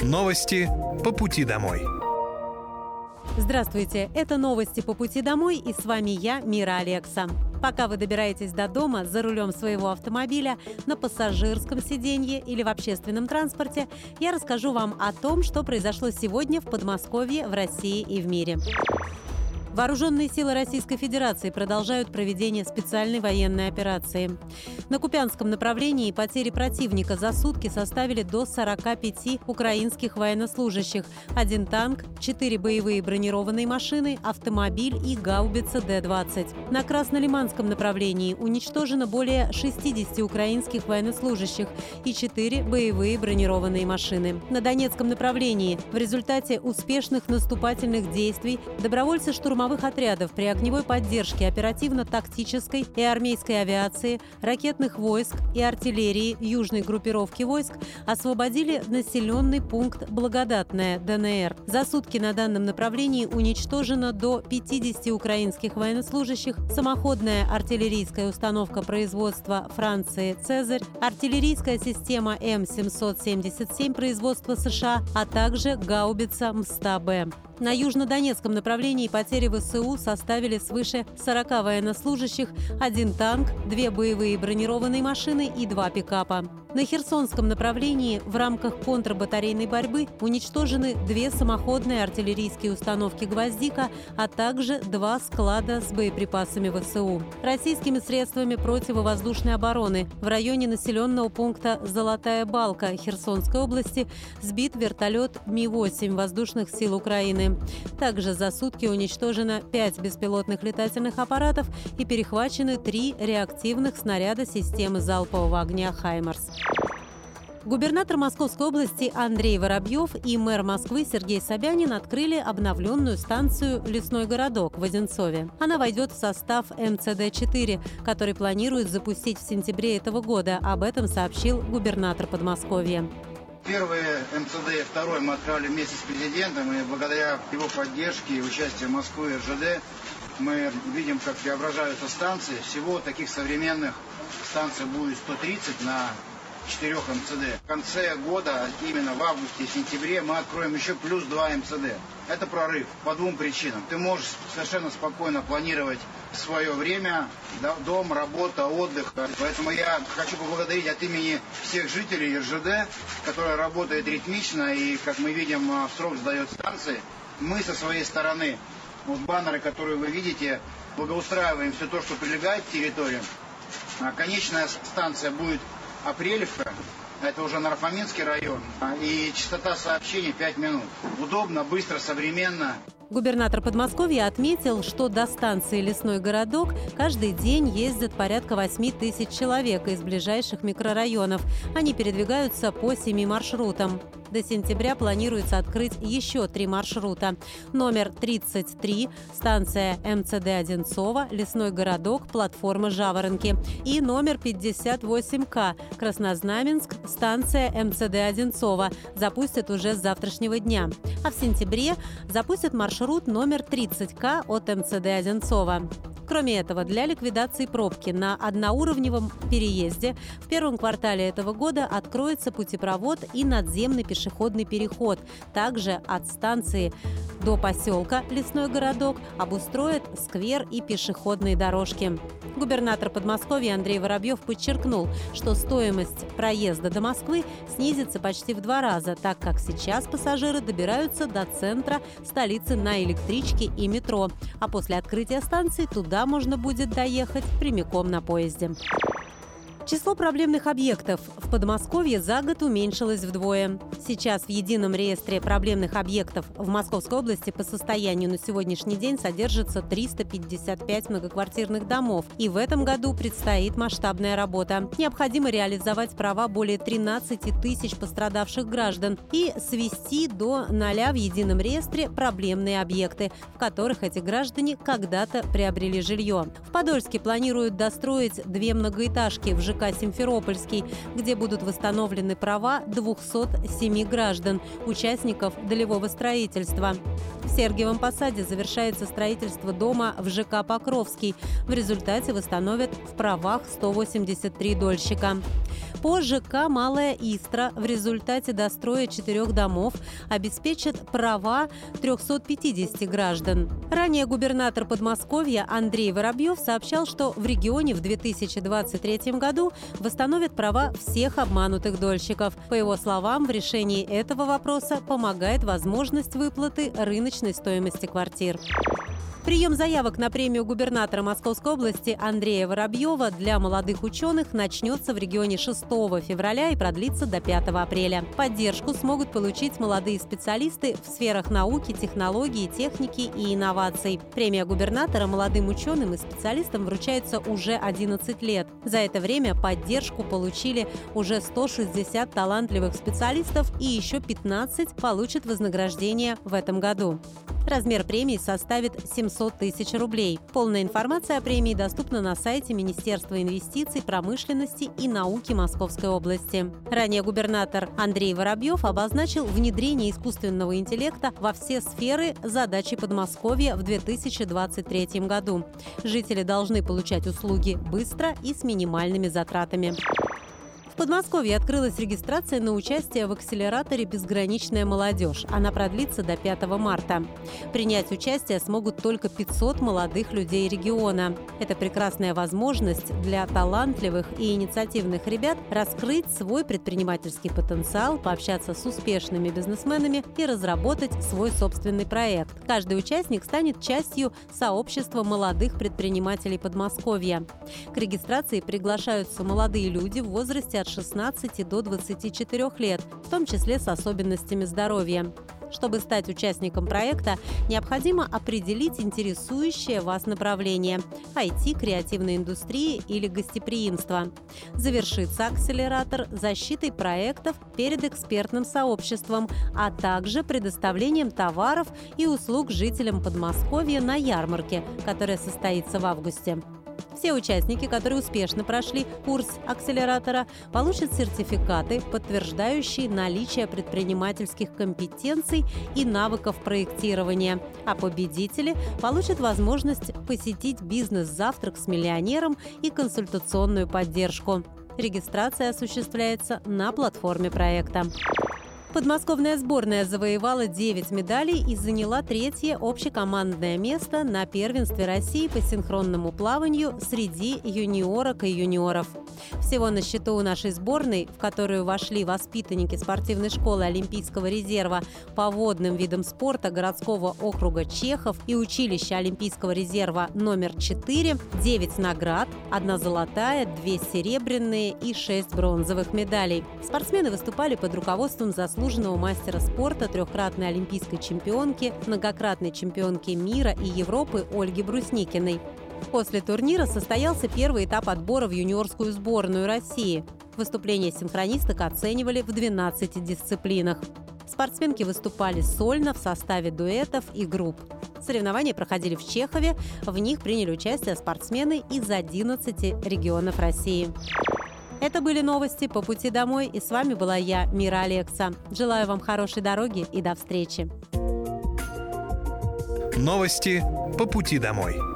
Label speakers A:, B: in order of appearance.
A: Новости по пути домой.
B: Здравствуйте, это новости по пути домой, и с вами я, Мира Алекса. Пока вы добираетесь до дома за рулем своего автомобиля, на пассажирском сиденье или в общественном транспорте, я расскажу вам о том, что произошло сегодня в Подмосковье, в России и в мире. Вооруженные силы Российской Федерации продолжают проведение специальной военной операции. На Купянском направлении потери противника за сутки составили до 45 украинских военнослужащих, 1 танк, 4 боевые бронированные машины, автомобиль и гаубица Д-20. На Краснолиманском направлении уничтожено более 60 украинских военнослужащих и 4 боевые бронированные машины. На Донецком направлении в результате успешных наступательных действий добровольцы штурмовых отрядов при огневой поддержке оперативно-тактической и армейской авиации, ракетных войск и артиллерии южной группировки войск освободили населенный пункт Благодатное, ДНР. За сутки на данном направлении уничтожено до 50 украинских военнослужащих, самоходная артиллерийская установка производства Франции «Цезарь», артиллерийская система М777 производства США, а также гаубица МСТА-Б. На южнодонецком направлении потери ВСУ составили свыше 40 военнослужащих, 1 танк, 2 боевые бронированные машины и 2 пикапа. На Херсонском направлении в рамках контрбатарейной борьбы уничтожены 2 самоходные артиллерийские установки «Гвоздика», а также 2 склада с боеприпасами ВСУ. Российскими средствами противовоздушной обороны в районе населенного пункта Золотая Балка Херсонской области сбит вертолет Ми-8 воздушных сил Украины. Также за сутки уничтожено 5 беспилотных летательных аппаратов и перехвачены 3 реактивных снаряда системы залпового огня «Хаймарс». Губернатор Московской области Андрей Воробьев и мэр Москвы Сергей Собянин открыли обновленную станцию «Лесной городок» в Одинцове. Она войдет в состав МЦД-4, который планируют запустить в сентябре этого года. Об этом сообщил губернатор Подмосковья.
C: Первый МЦД, второй мы открыли вместе с президентом, и благодаря его поддержке и участию Москвы и РЖД мы видим, как преображаются станции. Всего таких современных станций будет 130 на 4 МЦД. В конце года, именно в августе и сентябре, мы откроем еще плюс 2 МЦД. Это прорыв по 2 причинам. Ты можешь совершенно спокойно планировать свое время, дом, работа, отдых. Поэтому я хочу поблагодарить от имени всех жителей РЖД, которая работает ритмично и, как мы видим, в срок сдает станции. Мы со своей стороны, вот баннеры, которые вы видите, благоустраиваем все то, что прилегает к территориям. Конечная станция будет Апрелевка, это уже Нарфаминский район, и частота сообщений 5 минут. Удобно, быстро, современно.
B: Губернатор Подмосковья отметил, что до станции «Лесной городок» каждый день ездят порядка 8 тысяч человек из ближайших микрорайонов. Они передвигаются по 7 маршрутам. До сентября планируется открыть еще 3 маршрута. Номер 33 – станция МЦД Одинцово, Лесной городок, платформа Жаворонки. И номер 58К – Краснознаменск, станция МЦД Одинцово. Запустят уже с завтрашнего дня. А в сентябре запустят маршрут номер 30К от МЦД Одинцово. Кроме этого, для ликвидации пробки на одноуровневом переезде в первом квартале этого года откроется путепровод и надземный пешеходный переход. Также от станции до поселка Лесной городок обустроят сквер и пешеходные дорожки. Губернатор Подмосковья Андрей Воробьев подчеркнул, что стоимость проезда до Москвы снизится почти в 2 раза, так как сейчас пассажиры добираются до центра столицы на электричке и метро, а после открытия станции туда можно будет доехать прямиком на поезде. Число проблемных объектов в Подмосковье за год уменьшилось вдвое. Сейчас в едином реестре проблемных объектов в Московской области по состоянию на сегодняшний день содержится 355 многоквартирных домов. И в этом году предстоит масштабная работа. Необходимо реализовать права более 13 тысяч пострадавших граждан и свести до 0 в едином реестре проблемные объекты, в которых эти граждане когда-то приобрели жилье. В Подольске планируют достроить 2 многоэтажки в ЖК Симферопольский, где будут восстановлены права 207 граждан, участников долевого строительства. В Сергиевом Посаде завершается строительство дома в ЖК Покровский. В результате восстановят в правах 183 дольщика. По ЖК «Малая Истра» в результате достроя 4 домов обеспечат права 350 граждан. Ранее губернатор Подмосковья Андрей Воробьев сообщал, что в регионе в 2023 году восстановят права всех обманутых дольщиков. По его словам, в решении этого вопроса помогает возможность выплаты рыночной стоимости квартир. Прием заявок на премию губернатора Московской области Андрея Воробьева для молодых ученых начнется в регионе 6 февраля и продлится до 5 апреля. Поддержку смогут получить молодые специалисты в сферах науки, технологий, техники и инноваций. Премия губернатора молодым ученым и специалистам вручается уже 11 лет. За это время поддержку получили уже 160 талантливых специалистов и еще 15 получат вознаграждение в этом году. Размер премии составит 700 тысяч рублей. Полная информация о премии доступна на сайте Министерства инвестиций, промышленности и науки Московской области. Ранее губернатор Андрей Воробьев обозначил внедрение искусственного интеллекта во все сферы задачи Подмосковья в 2023 году. Жители должны получать услуги быстро и с минимальными затратами. В Подмосковье открылась регистрация на участие в акселераторе «Безграничная молодежь». Она продлится до 5 марта. Принять участие смогут только 500 молодых людей региона. Это прекрасная возможность для талантливых и инициативных ребят раскрыть свой предпринимательский потенциал, пообщаться с успешными бизнесменами и разработать свой собственный проект. Каждый участник станет частью сообщества молодых предпринимателей Подмосковья. К регистрации приглашаются молодые люди в возрасте от 16 до 24 лет, в том числе с особенностями здоровья. Чтобы стать участником проекта, необходимо определить интересующее вас направление – IT, креативной индустрии или гостеприимство. Завершится акселератор защитой проектов перед экспертным сообществом, а также предоставлением товаров и услуг жителям Подмосковья на ярмарке, которая состоится в августе. Все участники, которые успешно прошли курс акселератора, получат сертификаты, подтверждающие наличие предпринимательских компетенций и навыков проектирования, а победители получат возможность посетить бизнес-завтрак с миллионером и консультационную поддержку. Регистрация осуществляется на платформе проекта. Подмосковная сборная завоевала 9 медалей и заняла 3-е общекомандное место на первенстве России по синхронному плаванию среди юниорок и юниоров. Всего на счету у нашей сборной, в которую вошли воспитанники спортивной школы Олимпийского резерва по водным видам спорта городского округа Чехов и училища Олимпийского резерва номер 4, 9 наград, 1 золотая, 2 серебряные и 6 бронзовых медалей. Спортсмены выступали под руководством заслуженного мастера спорта, 3-кратной олимпийской чемпионки, многократной чемпионки мира и Европы Ольги Брусникиной. После турнира состоялся первый этап отбора в юниорскую сборную России. Выступления синхронисток оценивали в 12 дисциплинах. Спортсменки выступали сольно, в составе дуэтов и групп. Соревнования проходили в Чехове. В них приняли участие спортсмены из 11 регионов России. Это были новости по пути домой, и с вами была я, Мира Алекса. Желаю вам хорошей дороги и до встречи.
A: Новости по пути домой.